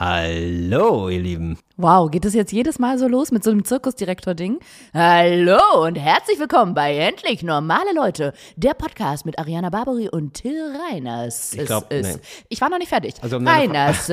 Hallo, ihr Lieben. Wow, geht es jetzt jedes Mal so los mit so einem Zirkusdirektor-Ding? Hallo und herzlich willkommen bei Endlich Normale Leute, der Podcast mit Ariana Barbary und Till Reiners. Ich war noch nicht fertig. Also Reiners,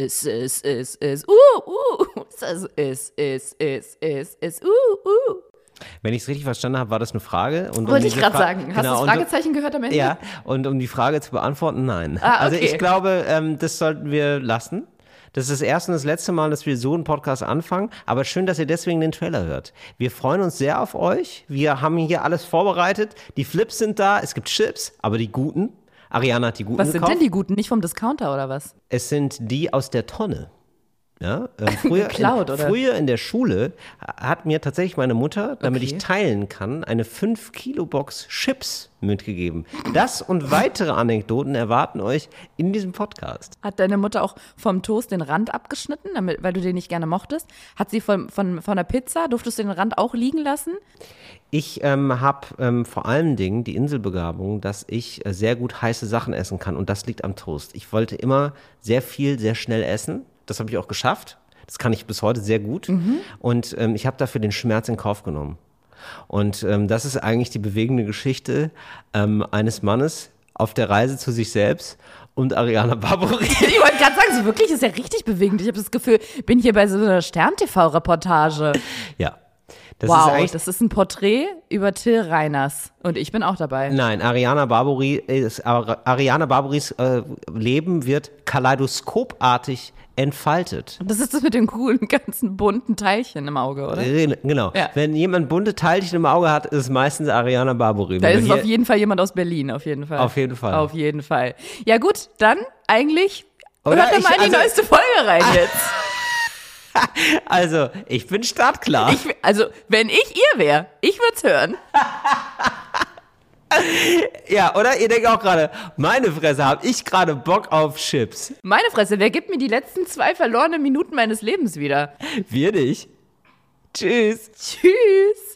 Wenn ich es richtig verstanden habe, war das eine Frage. Und Wollte ich gerade sagen. Hast du das Fragezeichen gehört am Ende? Ja, und um die Frage zu beantworten, nein. Ah, okay. Also ich glaube, das sollten wir lassen. Das ist das erste und das letzte Mal, dass wir so einen Podcast anfangen. Aber schön, dass ihr deswegen den Trailer hört. Wir freuen uns sehr auf euch. Wir haben hier alles vorbereitet. Die Flips sind da. Es gibt Chips, aber die guten. Ariana hat die guten Was sind gekauft. denn die guten? Nicht vom Discounter oder was? Es sind die aus der Tonne. Ja, Geklaut, oder? Früher in der Schule hat mir tatsächlich meine Mutter, damit Okay. ich teilen kann, eine 5-Kilo-Box Chips mitgegeben. Das und weitere Anekdoten erwarten euch in diesem Podcast. Hat deine Mutter auch vom Toast den Rand abgeschnitten, weil du den nicht gerne mochtest? Hat sie von der Pizza, durftest du den Rand auch liegen lassen? Ich habe vor allen Dingen die Inselbegabung, dass ich sehr gut heiße Sachen essen kann und das liegt am Toast. Ich wollte immer sehr viel, sehr schnell essen. Das habe ich auch geschafft. Das kann ich bis heute sehr gut. Und ich habe dafür den Schmerz in Kauf genommen. Und das ist eigentlich die bewegende Geschichte eines Mannes auf der Reise zu sich selbst und Ariana Barbary. Ich wollte gerade sagen, so wirklich ist ja richtig bewegend. Ich habe das Gefühl, bin hier bei so einer Stern-TV-Reportage. Ja. Das ist ein Porträt über Till Reiners. Und ich bin auch dabei. Nein, Ariana Barbarys Leben wird kaleidoskopartig entfaltet. Das ist das mit den coolen, ganzen bunten Teilchen im Auge, oder? Genau. Ja. Wenn jemand bunte Teilchen im Auge hat, ist es meistens Ariana Barbary. Da ist es auf jeden Fall jemand aus Berlin, auf jeden Fall. Auf jeden Fall. Auf jeden Fall. Ja gut, dann eigentlich Oder? hört doch mal in die neueste Folge rein jetzt. Also, ich bin startklar. Wenn ich ihr wäre, ich würde es hören. Ja, oder? Ihr denkt auch gerade, meine Fresse, habe ich gerade Bock auf Chips. Meine Fresse, wer gibt mir die letzten 2 verlorenen Minuten meines Lebens wieder? Wir nicht. Tschüss. Tschüss.